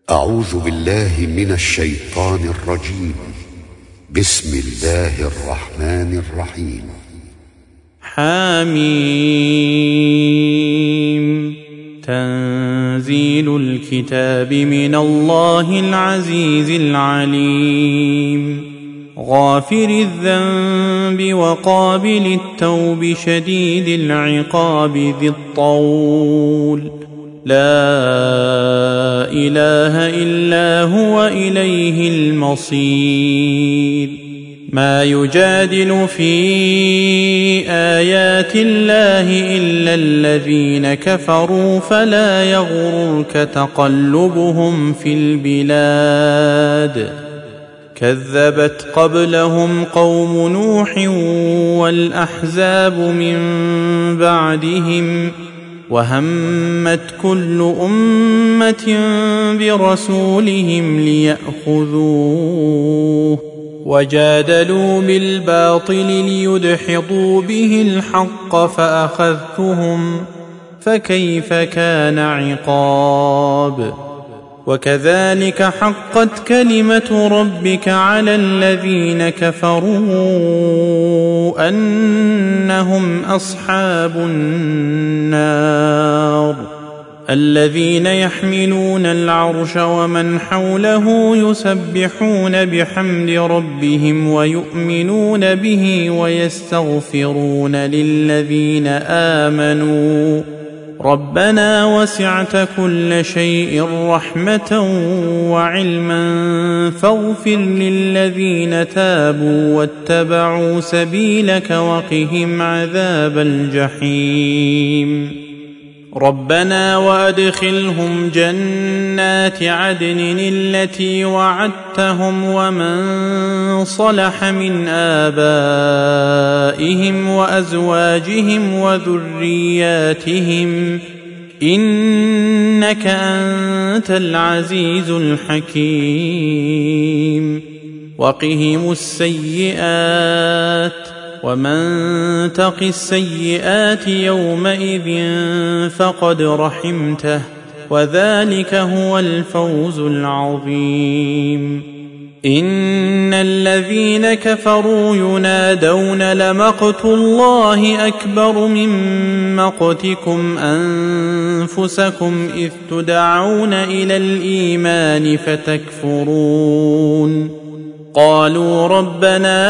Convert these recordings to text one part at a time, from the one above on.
أعوذ بالله من الشيطان الرجيم. بسم الله الرحمن الرحيم. حميم. تنزيل الكتاب من الله العزيز العليم. غافر الذنب وقابل التوب شديد العقاب ذي الطول. لا إله إلا هو إليه المصير. ما يجادل في آيات الله إلا الذين كفروا فلا يغررك تقلبهم في البلاد. كذبت قبلهم قوم نوح والأحزاب من بعدهم وهمت كل أمة برسولهم ليأخذوه وجادلوا بالباطل ليدحضوا به الحق فأخذتهم فكيف كان عقاب. وكذلك حقت كلمة ربك على الذين كفروا أنهم أصحاب النار. الذين يحملون العرش ومن حوله يسبحون بحمد ربهم ويؤمنون به ويستغفرون للذين آمنوا ربنا وسعت كل شيء رحمة وعلما فاغفر للذين تابوا واتبعوا سبيلك وقهم عذاب الجحيم. ربنا وأدخلهم جنات عدن التي وعدتهم ومن صلح من آبائهم وأزواجهم وذرياتهم إنك أنت العزيز الحكيم. وقهم السيئات ومن تق السيئات يومئذ فقد رحمته وذلك هو الفوز العظيم. إن الذين كفروا ينادون لمقت الله أكبر من مقتكم أنفسكم إذ تدعون إلى الإيمان فتكفرون. قالوا ربنا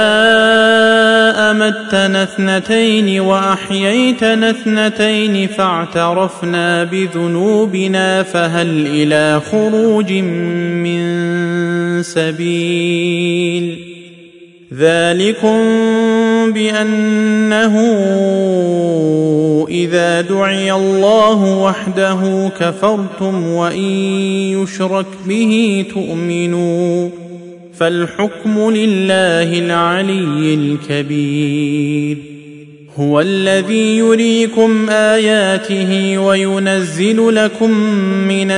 أمتنا اثنتين وأحييتنا اثنتين فاعترفنا بذنوبنا فهل إلى خروج من سبيل. ذلكم بأنه إذا دعي الله وحده كفرتم وإن يشرك به تؤمنوا فالحكم لله العلي الكبير. هو الذي يريكم آياته وينزل لكم من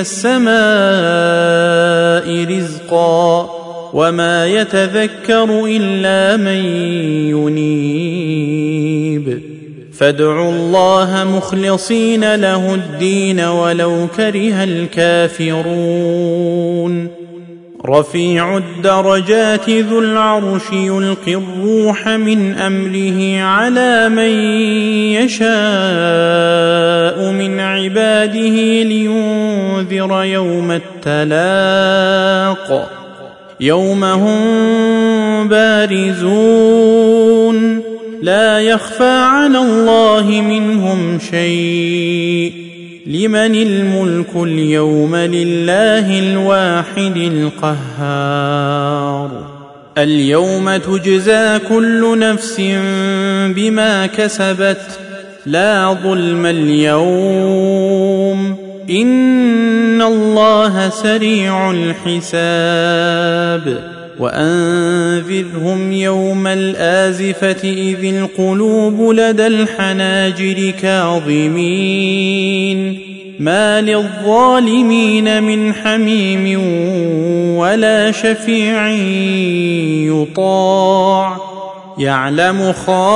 السماء رزقا وما يتذكر إلا من ينيب. فادعوا الله مخلصين له الدين ولو كره الكافرون. رفيع الدرجات ذو العرش يلقي الروح من أمره على من يشاء من عباده لينذر يوم التلاق. يوم هم بارزون لا يخفى على الله منهم شيء. لمن الملك اليوم لله الواحد القهار. اليوم تجزى كل نفس بما كسبت لا ظلم اليوم إن الله سريع الحساب. وأنذرهم يوم الآزفة إذ القلوب لدى الحناجر كاظمين ما للظالمين من حميم ولا شفيع يطاع. يعلم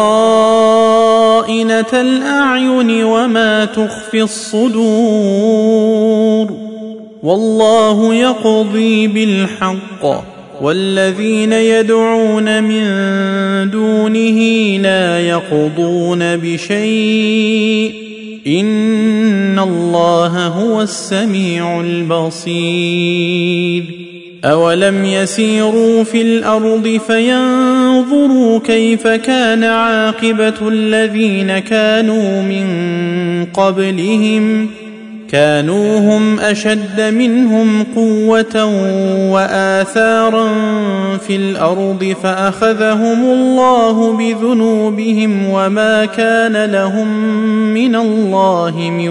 خائنة الأعين وما تخفي الصدور والله يقضي بالحق والذين يدعون من دونه لا يقضون بشيء إن الله هو السميع البصير أولم يسيروا في الأرض فينظروا كيف كان عاقبة الذين كانوا من قبلهم كانوا هم أشد منهم قوة وآثارا في الأرض فأخذهم الله بذنوبهم وما كان لهم من الله من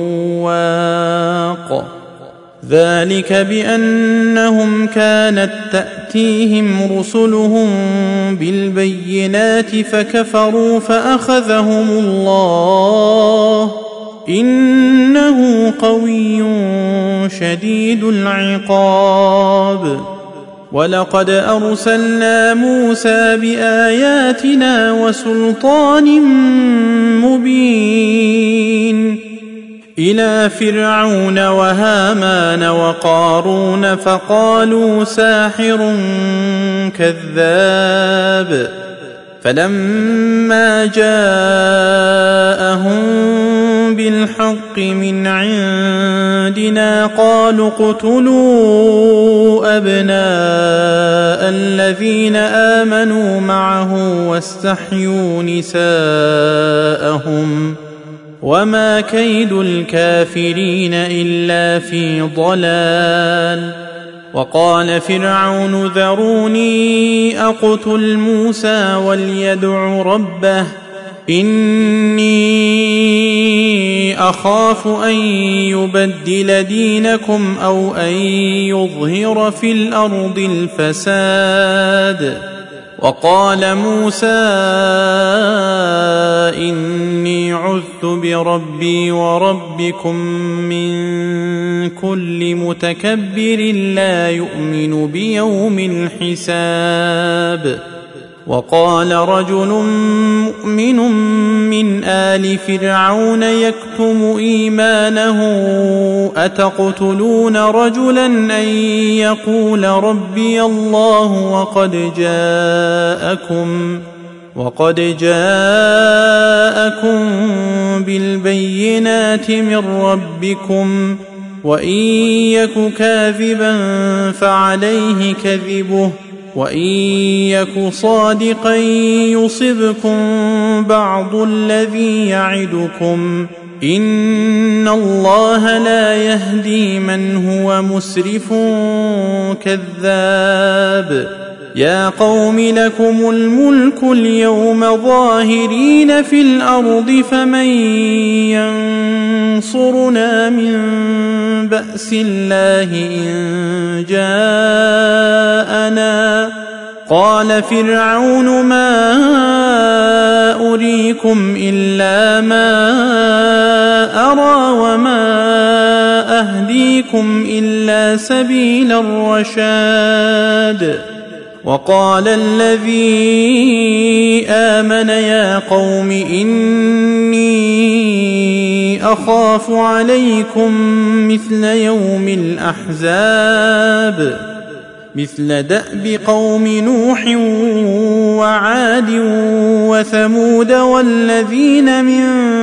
واق ذلك بأنهم كانت تأتيهم رسلهم بالبينات فكفروا فأخذهم الله إنه قوي شديد العقاب ولقد أرسلنا موسى بآياتنا وسلطان مبين إلى فرعون وهامان وقارون فقالوا ساحر كذاب فلما جاءهم بالحق من عندنا قالوا اقتلوا أبناء الذين آمنوا معه واستحيوا نساءهم وما كيد الكافرين إلا في ضلال وقال فرعون ذروني أقتل موسى وليدع ربه إني أخاف أن يبدل دينكم أو أن يظهر في الأرض الفساد وقال موسى إني عذت بربي وربكم من كل متكبر لا يؤمن بيوم الحساب وقال رجل مؤمن من آل فرعون يكتم إيمانه أتقتلون رجلا أن يقول ربي الله وقد جاءكم بالبينات من ربكم وإن يك كاذبا فعليه كذبه وإن يك صادقا يصبكم بعض الذي يعدكم إن الله لا يهدي من هو مسرف كذاب يا قوم لكم الملك اليوم ظاهرين في الأرض فمن ينصرنا من بأس الله إن جاءنا قال فرعون ما أريكم إلا ما أرى وما أهديكم إلا سبيل الرشاد وقال الذي آمن يا قوم إني أخاف عليكم مثل يوم الأحزاب مثل دأب قوم نوح وعاد وثمود والذين من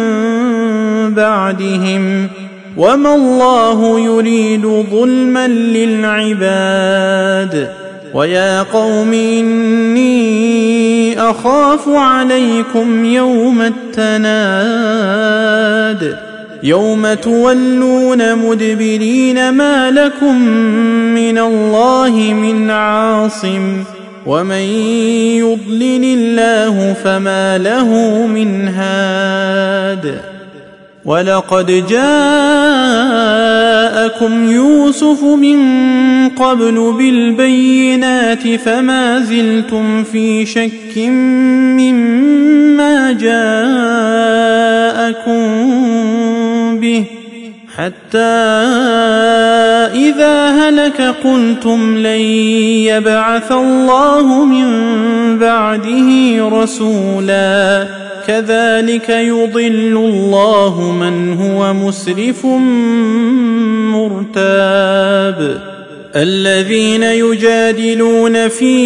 بعدهم وما الله يريد ظلما للعباد ويا قوم إني أخاف عليكم يوم التناد يوم تولون مدبرين ما لكم من الله من عاصم ومن يضلل الله فما له من هاد ولقد جاءكم يوسف من قبل بالبينات فما زلتم في شك مما جاءكم به حتى إذا هلك قلتم لن يبعث الله من بعده رسولا كذلك يضل الله من هو مسرف مرتاب الذين يجادلون في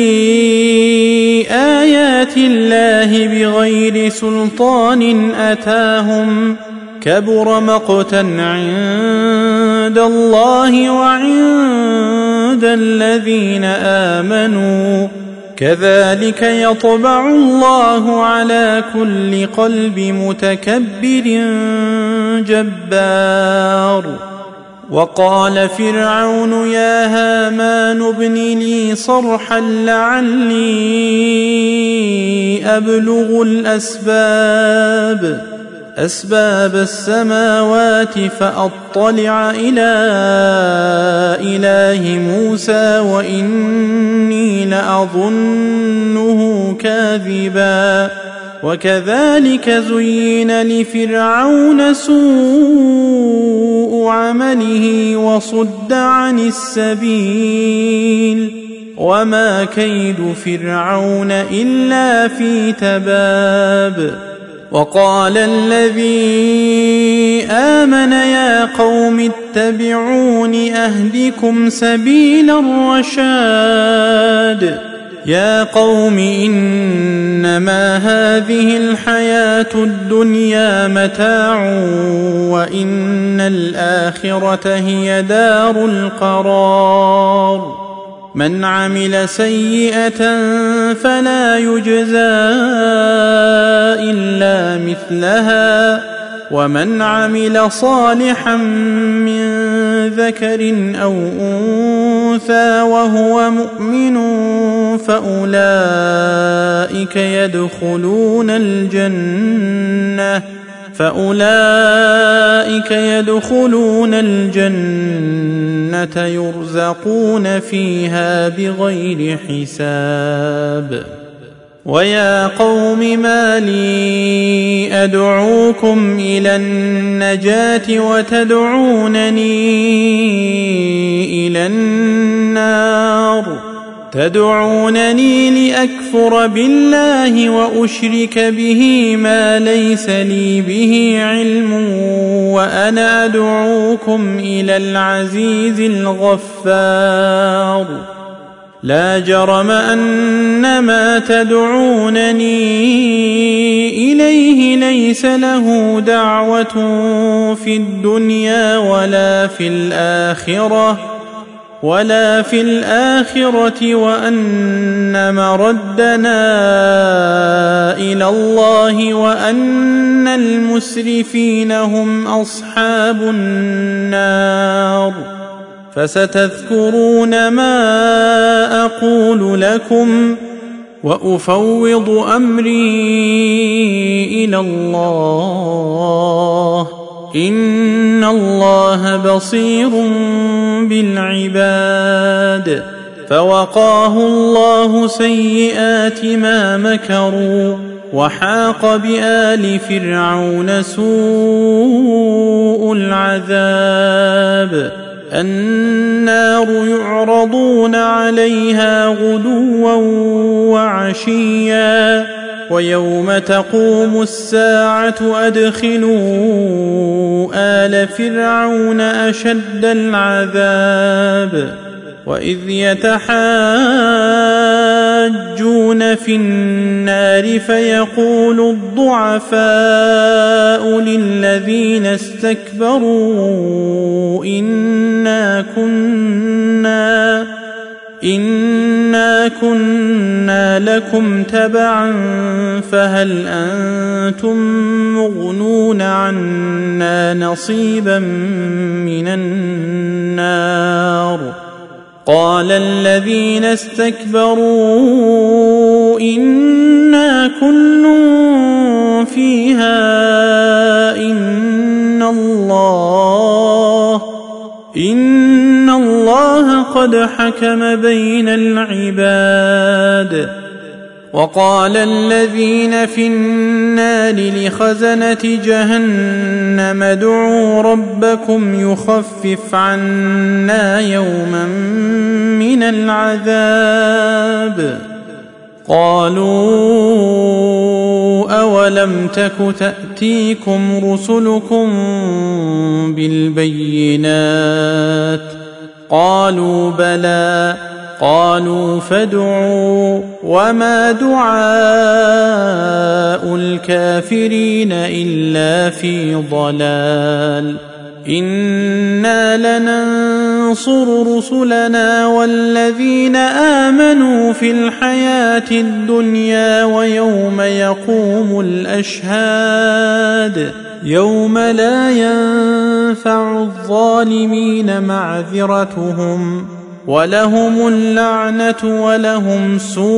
آيات الله بغير سلطان أتاهم كبر مقتا عند الله وعند الذين آمنوا كذلك يطبع الله على كل قلب متكبر جبار وقال فرعون يا هامان ابن لي صرحا لعلي أبلغ أسباب السماوات فأطلع إلى إله موسى وإني لأظنه كاذبا وكذلك زين لفرعون سوء عمله وصد عن السبيل وما كيد فرعون إلا في تباب وقال الذي آمن يا قوم اتبعون أهدكم سبيل الرشاد يا قوم إنما هذه الحياة الدنيا متاع وإن الآخرة هي دار القرار من عمل سيئة فلا يجزى إلا مثلها ومن عمل صالحا من ذكر أو أنثى وهو مؤمن فأولئك يدخلون الجنة يرزقون فيها بغير حساب ويا قوم ما لي أدعوكم إلى النجاة وتدعونني إلى النار تدعونني لأكفر بالله وأشرك به ما ليس لي به علم وأنا أدعوكم إلى العزيز الغفار لا جرم أن ما تدعونني إليه ليس له دعوة في الدنيا ولا في الآخرة وأن مردنا إلى الله وأن المسرفين هم أصحاب النار فستذكرون ما أقول لكم وأفوض أمري إلى الله إن الله بصير بالعباد فوقاه الله سيئات ما مكروا وحاق بآل فرعون سوء العذاب النار يعرضون عليها غدوا وعشيا ويوم تقوم الساعة أدخلوا آل فرعون أشد العذاب وإذ يتحاجون في النار فيقول الضعفاء للذين استكبروا إنا كنا لكم تبعا فهل أنتم مغنون عنا نصيبا من النار قال الذين استكبروا إنا كل فيها إن الله قد حكم بين العباد وقال الذين في النار لخزنة جهنم ادعوا ربكم يخفف عنا يوما من العذاب قالوا أولم تك تأتيكم رسلكم بالبينات قالوا بلى قالوا فادعوا وما دعاء الكافرين إلا في ضلال إنا لننصر رسلنا والذين آمنوا في الحياة الدنيا ويوم يقوم الأشهاد يوم لا ينفع الظالمين معذرتهم ولهم اللعنة ولهم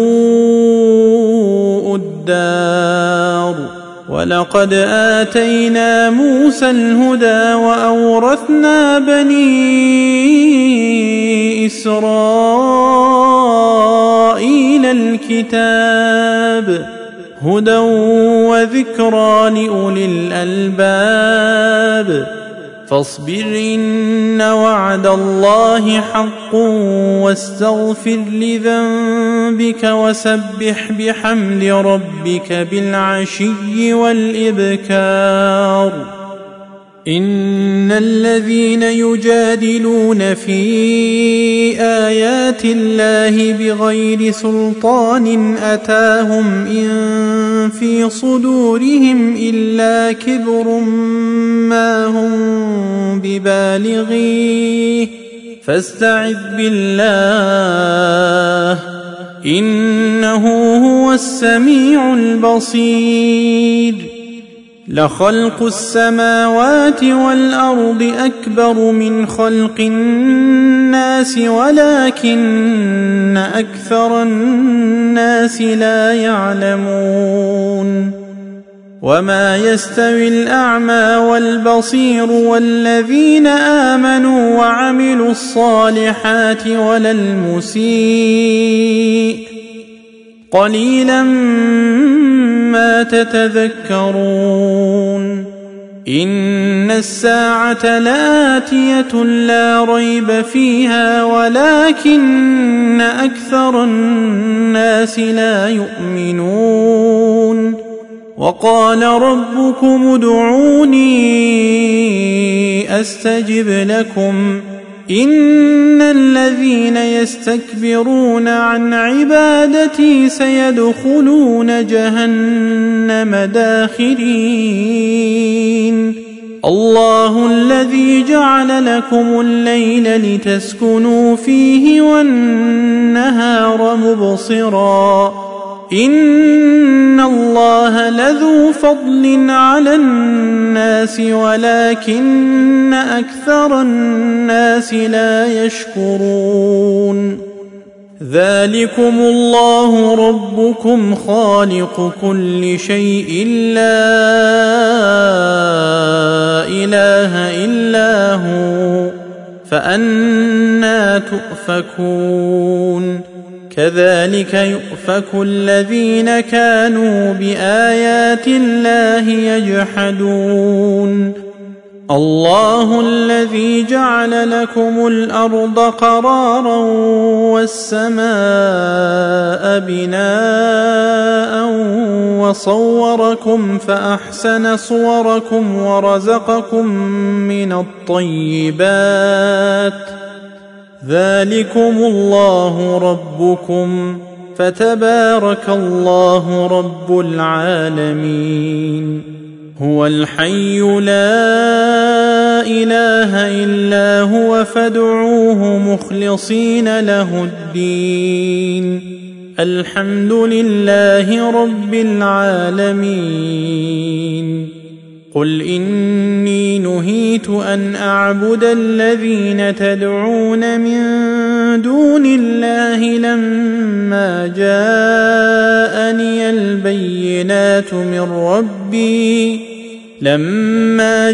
سوء الدار ولقد آتينا موسى الهدى وأورثنا بني إسرائيل الكتاب هدى وذكرى لأولي الألباب فاصبر إن وعد الله حق واستغفر لذنبك وسبح بحمد ربك بالعشي والإبكار إن الذين يجادلون في آيات الله بغير سلطان أتاهم إن في صدورهم إلا كبر ما هم ببالغيه فاستعذ بالله إنه هو السميع البصير لخلق السماوات والأرض أكبر من خلق الناس ولكن أكثر الناس لا يعلمون وما يستوي الأعمى والبصير والذين آمنوا وعملوا الصالحات ولا المسيء قليلا ما تتذكرون إن الساعة لآتية لا ريب فيها ولكن أكثر الناس لا يؤمنون وقال ربكم ادعوني أستجب لكم إن الذين يستكبرون عن عبادتي سيدخلون جهنم داخرين الله الذي جعل لكم الليل لتسكنوا فيه والنهار مبصرا إن الله لذو فضل على الناس ولكن أكثر الناس لا يشكرون ذلكم الله ربكم خالق كل شيء لا إله إلا هو فأنى تؤفكون كذلك يؤفك الذين كانوا بآيات الله يجحدون الله الذي جعل لكم الأرض قرارا والسماء بناء وصوركم فأحسن صوركم ورزقكم من الطيبات ذلكم الله ربكم فتبارك الله رب العالمين هو الحي لا إله إلا هو فادعوه مخلصين له الدين الحمد لله رب العالمين قل إني نهيت أن أعبد الذين تدعون من دون الله لما جاءني البينات من ربي لما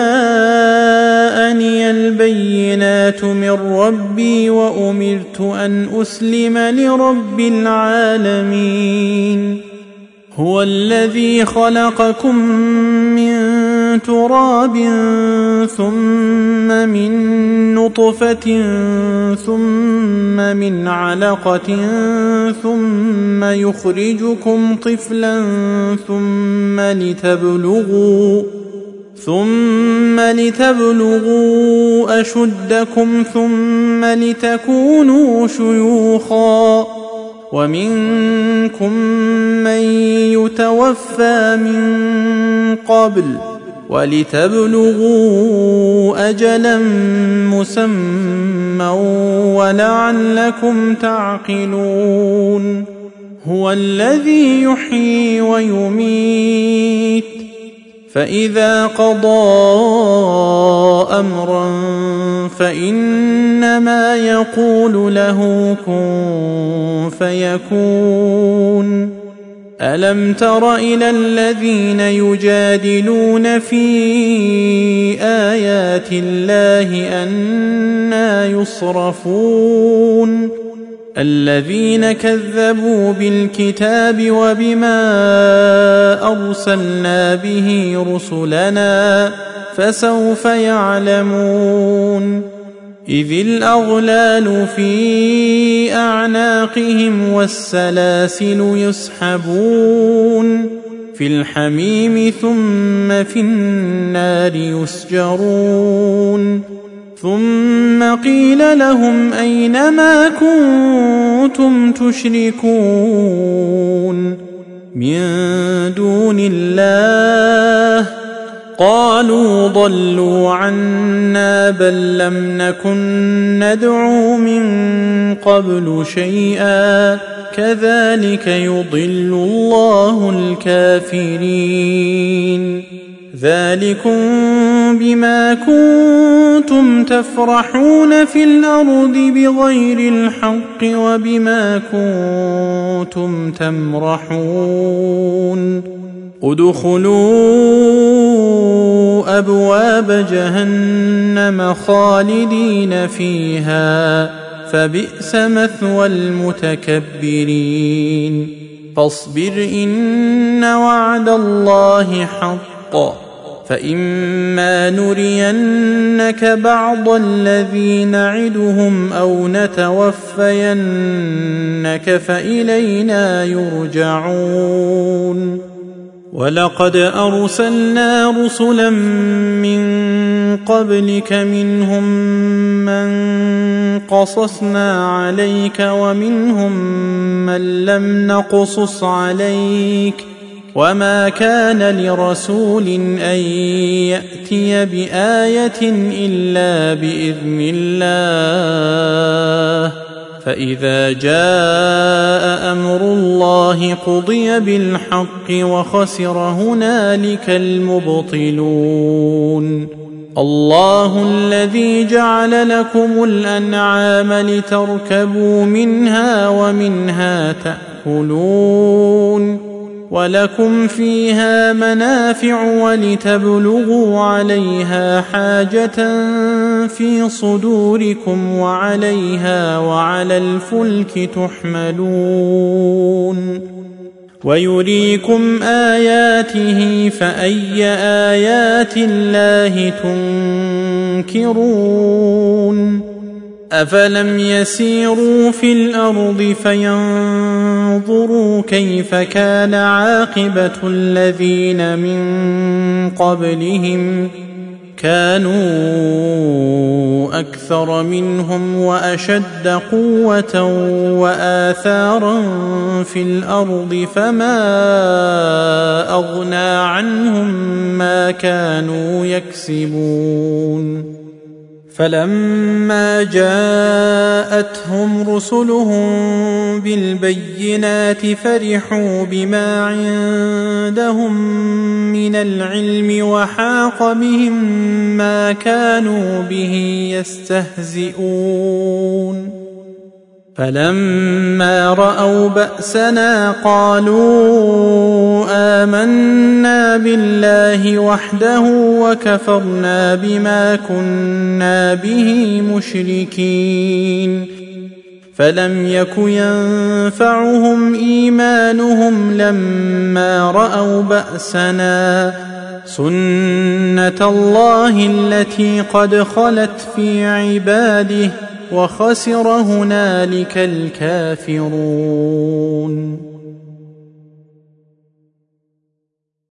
جاءني البينات من ربي وأمرت أن أسلم لرب العالمين. هو الذي خلقكم من تراب ثم من نطفة ثم من علقة ثم يخرجكم طفلا ثم لتبلغوا أشدكم ثم لتكونوا شيوخا ومنكم من يتوفى من قبل ولتبلغوا أجلا مسمى ولعلكم تعقلون. هو الذي يحيي ويميت فإذا قضى أمرا فإنما يقول له كن فيكون. ألم تر إلى الذين يجادلون في آيات الله أنى يصرفون الذين كذبوا بالكتاب وبما أرسلنا به رسلنا فسوف يعلمون. إذ الأغلال في أعناقهم والسلاسل يسحبون في الحميم ثم في النار يسجرون. ثم قيل لهم أين ما كنتم تشركون من دون الله قالوا ضلوا عنا بل لم نكن ندعو من قبل شيئا كذلك يضل الله الكافرين. ذلكم بما كنتم تفرحون في الأرض بغير الحق وبما كنتم تمرحون. ادخلوا أبواب جهنم خالدين فيها فبئس مثوى المتكبرين. فاصبر إن وعد الله حق فإما نرينك بعض الذي نعدهم أو نتوفينك فإلينا يرجعون. ولقد أرسلنا رسلا من قبلك منهم من قصصنا عليك ومنهم من لم نقصص عليك وما كان لرسول أن يأتي بآية إلا بإذن الله فإذا جاء أمر الله قضي بالحق وخسر هنالك المبطلون. الله الذي جعل لكم الأنعام لتركبوا منها ومنها تأكلون ولكم فيها منافع ولتبلغوا عليها حاجة في صدوركم وعليها وعلى الفلك تحملون. ويريكم آياته فأي آيات الله تنكرون. أفلم يسيروا في الأرض فينظروا كيف كان عاقبة الذين من قبلهم كانوا أكثر منهم وأشد قوة وآثارا في الأرض فما أغنى عنهم ما كانوا يكسبون. فلما جاءتهم رسلهم بالبينات فرحوا بما عندهم من العلم وحاق بهم ما كانوا به يستهزئون. فلما رأوا بأسنا قالوا آمنا بالله وحده وكفرنا بما كنا به مشركين فلم يك ينفعهم إيمانهم لما رأوا بأسنا سنة الله التي قد خلت في عباده وخسر هنالك الكافرون.